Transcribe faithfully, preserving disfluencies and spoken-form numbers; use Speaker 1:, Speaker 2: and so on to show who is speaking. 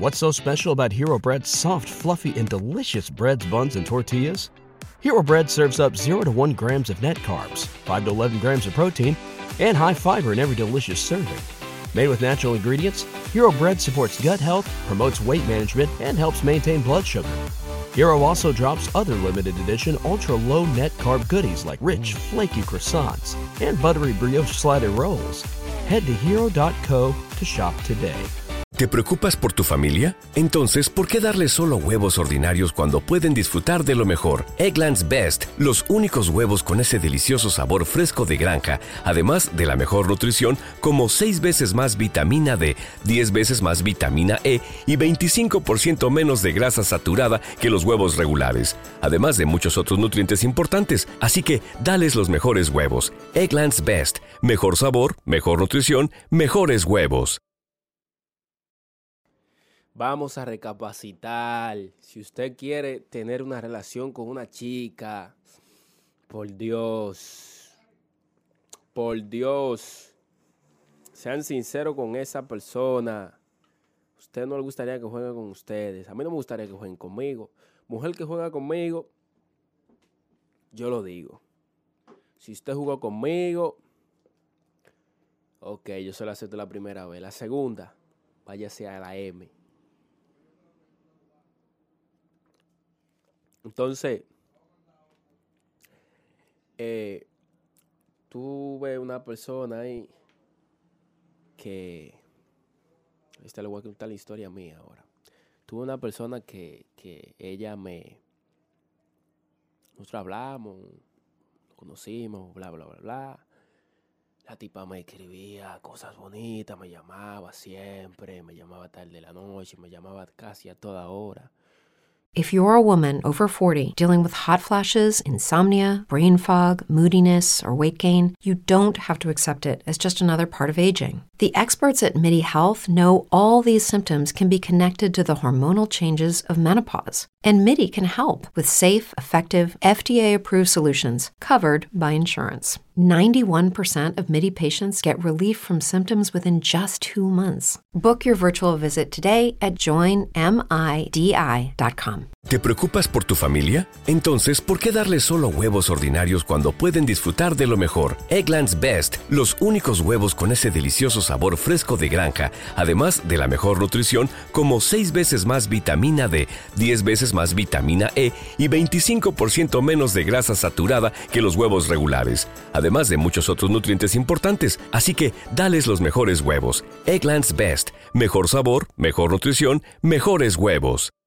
Speaker 1: What's so special about Hero Bread's soft, fluffy, and delicious breads, buns, and tortillas? Hero Bread serves up zero to one grams of net carbs, five to eleven grams of protein, and high fiber in every delicious serving. Made with natural ingredients, Hero Bread supports gut health, promotes weight management, and helps maintain blood sugar. Hero also drops other limited edition ultra-low net carb goodies like rich, flaky croissants and buttery brioche slider rolls. Head to hero dot co to shop today.
Speaker 2: ¿Te preocupas por tu familia? Entonces, ¿por qué darles solo huevos ordinarios cuando pueden disfrutar de lo mejor? Eggland's Best, los únicos huevos con ese delicioso sabor fresco de granja, además de la mejor nutrición, como seis veces más vitamina D, diez veces más vitamina E y veinticinco por ciento menos de grasa saturada que los huevos regulares, además de muchos otros nutrientes importantes. Así que, dales los mejores huevos. Eggland's Best, mejor sabor, mejor nutrición, mejores huevos.
Speaker 3: Vamos a recapacitar. Si usted quiere tener una relación con una chica, por Dios, por Dios, sean sinceros con esa persona. Usted no le gustaría que juegue con ustedes. A mí no me gustaría que jueguen conmigo. Mujer que juega conmigo, yo lo digo. Si usted jugó conmigo, ok, yo se lo acepto la primera vez. La segunda, váyase a la M. Entonces, eh, tuve una persona ahí que, esta le voy a contar la historia mía ahora. Tuve una persona que, que ella me, nosotros hablamos, nos conocimos, bla, bla, bla, bla. La tipa me escribía cosas bonitas, me llamaba siempre, me llamaba tarde de la noche, me llamaba casi a toda hora.
Speaker 4: If you're a woman over forty dealing with hot flashes, insomnia, brain fog, moodiness, or weight gain, you don't have to accept it as just another part of aging. The experts at MIDI Health know all these symptoms can be connected to the hormonal changes of menopause. And MIDI can help with safe, effective, F D A-approved solutions covered by insurance. ninety-one percent of MIDI patients get relief from symptoms within just two months. Book your virtual visit today at join midi dot com.
Speaker 2: ¿Te preocupas por tu familia? Entonces, ¿por qué darles solo huevos ordinarios cuando pueden disfrutar de lo mejor? Eggland's Best, los únicos huevos con ese delicioso sabor fresco de granja, además de la mejor nutrición, como seis veces más vitamina D, diez veces más vitamina E y veinticinco por ciento menos de grasa saturada que los huevos regulares, además de muchos otros nutrientes importantes. Así que, dales los mejores huevos. Eggland's Best, mejor sabor, mejor nutrición, mejores huevos.